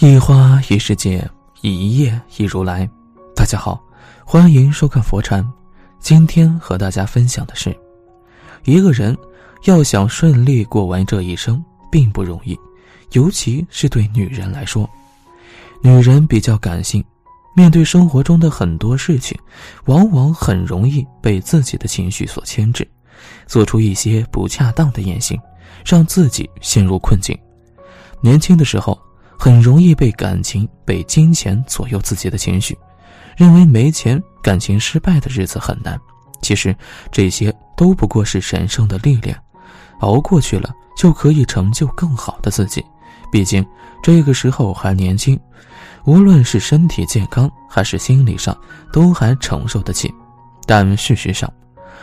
一花一世界，一叶一如来。大家好，欢迎收看佛禅。今天和大家分享的是，一个人要想顺利过完这一生并不容易，尤其是对女人来说。女人比较感性，面对生活中的很多事情，往往很容易被自己的情绪所牵制，做出一些不恰当的言行，让自己陷入困境。年轻的时候很容易被感情、被金钱左右自己的情绪，认为没钱感情失败的日子很难。其实这些都不过是神圣的历练，熬过去了就可以成就更好的自己。毕竟这个时候还年轻，无论是身体健康还是心理上都还承受得起。但事实上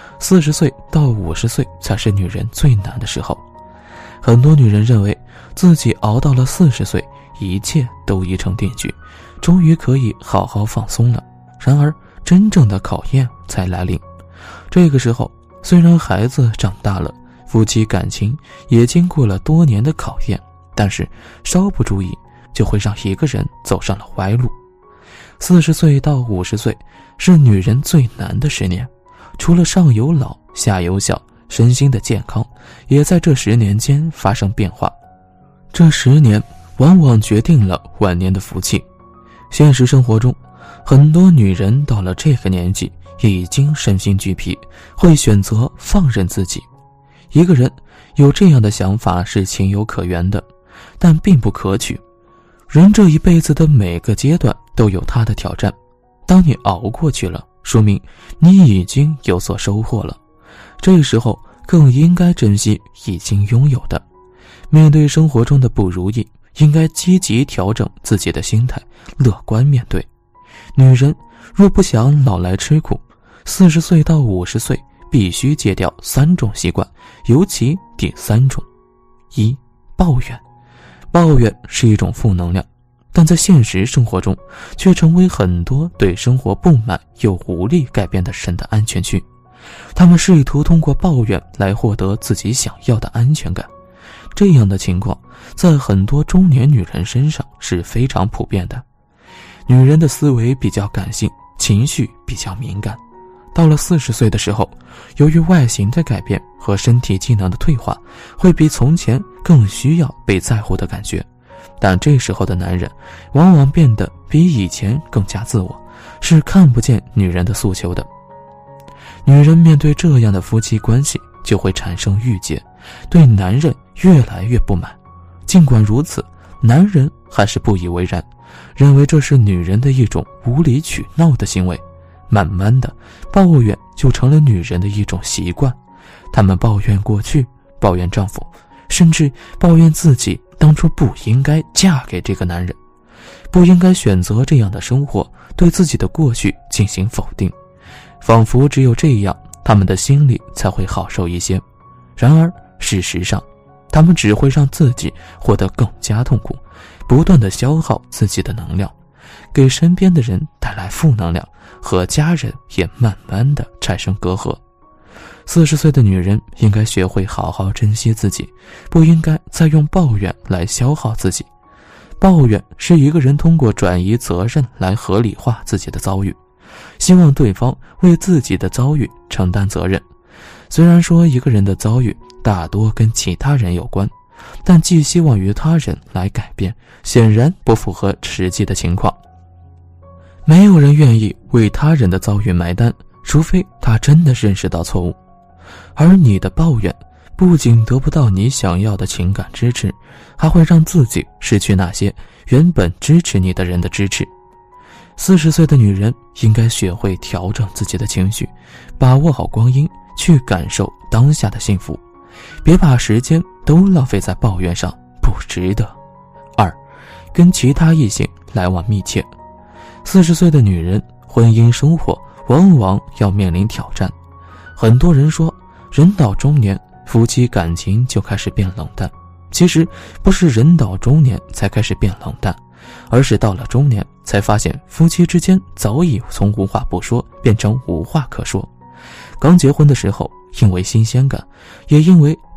40岁到50岁才是女人最难的时候。很多女人认为自己熬到了40岁，一切都已成定局，终于可以好好放松了。然而真正的考验才来临。这个时候虽然孩子长大了，夫妻感情也经过了多年的考验，但是稍不注意就会让一个人走上了歪路。40岁到50岁是女人最难的10年，除了上有老下有小，身心的健康也在这10年间发生变化。这10年往往决定了晚年的福气。现实生活中，很多女人到了这个年纪已经身心俱疲，会选择放任自己。一个人有这样的想法是情有可原的，但并不可取。人这一辈子的每个阶段都有他的挑战，当你熬过去了，说明你已经有所收获了。这时候更应该珍惜已经拥有的。面对生活中的不如意，应该积极调整自己的心态，乐观面对。女人若不想老来吃苦，40岁到50岁必须戒掉3种习惯，尤其第3种。1. 抱怨。抱怨是一种负能量，但在现实生活中却成为很多对生活不满又无力改变的人的安全区。他们试图通过抱怨来获得自己想要的安全感。这样的情况在很多中年女人身上是非常普遍的。女人的思维比较感性，情绪比较敏感。到了40岁的时候，由于外形的改变和身体机能的退化，会比从前更需要被在乎的感觉。但这时候的男人往往变得比以前更加自我，是看不见女人的诉求的。女人面对这样的夫妻关系就会产生郁结，对男人越来越不满。尽管如此，男人还是不以为然，认为这是女人的一种无理取闹的行为。慢慢的，抱怨就成了女人的一种习惯。她们抱怨过去，抱怨丈夫，甚至抱怨自己当初不应该嫁给这个男人，不应该选择这样的生活，对自己的过去进行否定。仿佛只有这样，他们的心里才会好受一些。然而事实上，他们只会让自己活得更加痛苦，不断地消耗自己的能量，给身边的人带来负能量，和家人也慢慢地产生隔阂。40岁的女人应该学会好好珍惜自己，不应该再用抱怨来消耗自己。抱怨是一个人通过转移责任来合理化自己的遭遇，希望对方为自己的遭遇承担责任。虽然说一个人的遭遇大多跟其他人有关，但寄希望于他人来改变，显然不符合实际的情况。没有人愿意为他人的遭遇埋单，除非他真的认识到错误。而你的抱怨不仅得不到你想要的情感支持，还会让自己失去那些原本支持你的人的支持。40岁的女人应该学会调整自己的情绪，把握好光阴，去感受当下的幸福，别把时间都浪费在抱怨上，不值得。2. 跟其他异性来往密切。40岁的女人婚姻生活往往要面临挑战。很多人说人到中年夫妻感情就开始变冷淡，其实不是人到中年才开始变冷淡，而是到了中年才发现夫妻之间早已从无话不说变成无话可说。刚结婚的时候因为新鲜感，也因为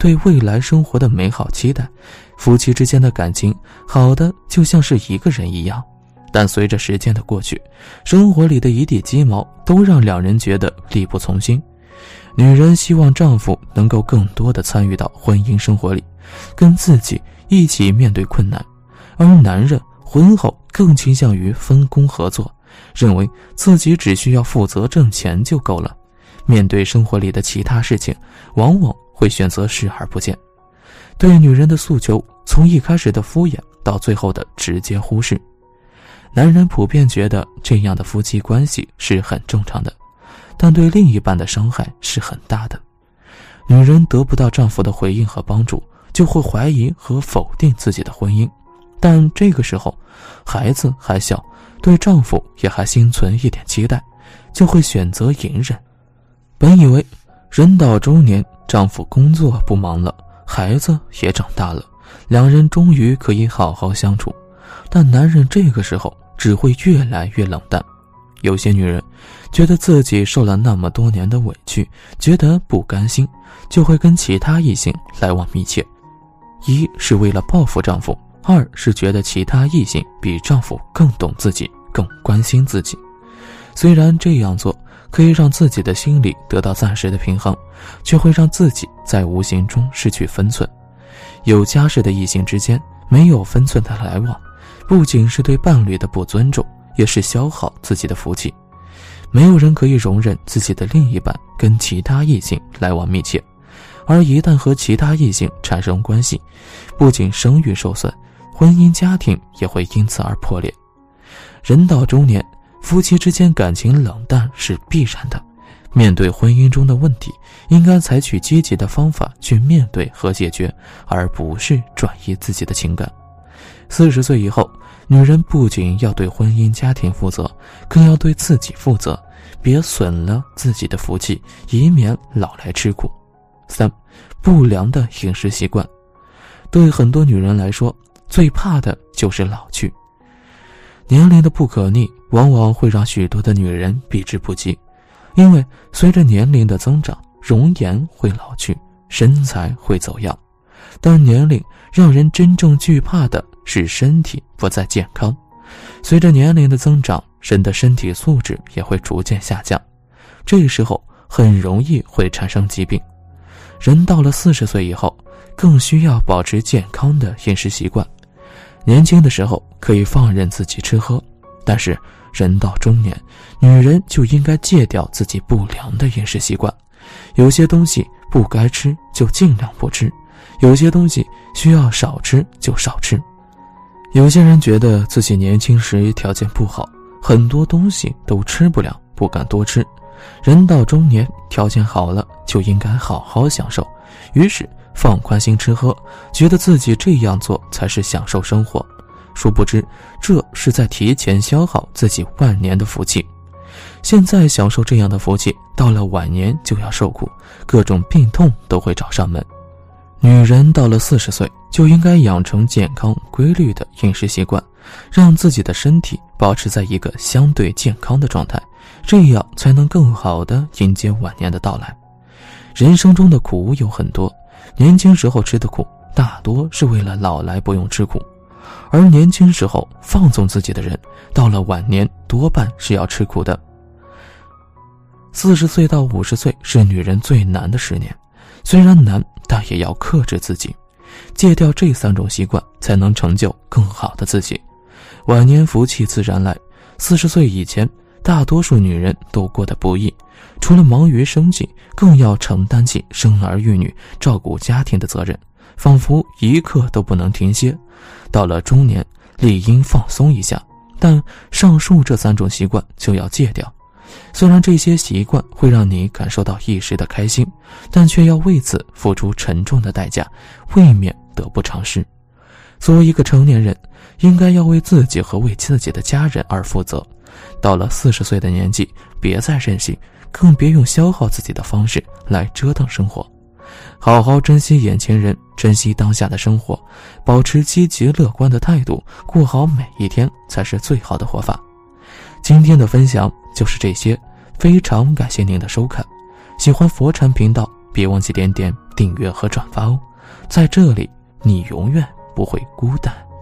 对未来生活的美好期待，夫妻之间的感情好的就像是一个人一样。但随着时间的过去，生活里的一地鸡毛都让两人觉得力不从心。女人希望丈夫能够更多地参与到婚姻生活里，跟自己一起面对困难，而男人婚后更倾向于分工合作，认为自己只需要负责挣钱就够了，面对生活里的其他事情往往会选择视而不见。对女人的诉求从一开始的敷衍到最后的直接忽视，男人普遍觉得这样的夫妻关系是很正常的，但对另一半的伤害是很大的。女人得不到丈夫的回应和帮助，就会怀疑和否定自己的婚姻，但这个时候孩子还小，对丈夫也还心存一点期待，就会选择隐忍。本以为人到中年，丈夫工作不忙了，孩子也长大了，两人终于可以好好相处，但男人这个时候只会越来越冷淡。有些女人觉得自己受了那么多年的委屈，觉得不甘心，就会跟其他异性来往密切。一是为了报复丈夫，二是觉得其他异性比丈夫更懂自己，更关心自己。虽然这样做可以让自己的心理得到暂时的平衡，却会让自己在无形中失去分寸。有家室的异性之间没有分寸的来往，不仅是对伴侣的不尊重，也是消耗自己的福气。没有人可以容忍自己的另一半跟其他异性来往密切，而一旦和其他异性产生关系，不仅声誉受损，婚姻家庭也会因此而破裂。人到中年，夫妻之间感情冷淡是必然的，面对婚姻中的问题，应该采取积极的方法去面对和解决，而不是转移自己的情感。40岁以后，女人不仅要对婚姻家庭负责，更要对自己负责，别损了自己的福气，以免老来吃苦。3. 不良的饮食习惯。对很多女人来说，最怕的就是老去。年龄的不可逆往往会让许多的女人避之不及，因为随着年龄的增长，容颜会老去，身材会走样。但年龄让人真正惧怕的是身体不再健康。随着年龄的增长，人的身体素质也会逐渐下降，这时候很容易会产生疾病。人到了40岁以后，更需要保持健康的饮食习惯。年轻的时候可以放任自己吃喝，但是人到中年，女人就应该戒掉自己不良的饮食习惯。有些东西不该吃就尽量不吃，有些东西需要少吃就少吃。有些人觉得自己年轻时条件不好，很多东西都吃不了，不敢多吃。人到中年，条件好了就应该好好享受，于是放宽心吃喝，觉得自己这样做才是享受生活。殊不知，这是在提前消耗自己晚年的福气。现在享受这样的福气，到了晚年就要受苦，各种病痛都会找上门。女人到了40岁，就应该养成健康规律的饮食习惯，让自己的身体保持在一个相对健康的状态，这样才能更好地迎接晚年的到来。人生中的苦有很多，年轻时候吃的苦，大多是为了老来不用吃苦。而年轻时候放纵自己的人，到了晚年多半是要吃苦的。40岁到50岁是女人最难的10年，虽然难，但也要克制自己，戒掉这3种习惯，才能成就更好的自己。晚年福气自然来，40岁以前，大多数女人都过得不易，除了忙于生计，更要承担起生儿育女、照顾家庭的责任，仿佛一刻都不能停歇。到了中年，理应放松一下，但上述这3种习惯就要戒掉。虽然这些习惯会让你感受到一时的开心，但却要为此付出沉重的代价，未免得不偿失。作为一个成年人，应该要为自己和为自己的家人而负责。到了40岁的年纪，别再任性，更别用消耗自己的方式来折腾生活。好好珍惜眼前人，珍惜当下的生活，保持积极乐观的态度，过好每一天才是最好的活法。今天的分享就是这些，非常感谢您的收看。喜欢佛禅频道， 别忘记点点订阅和转发哦，在这里你永远不会孤单。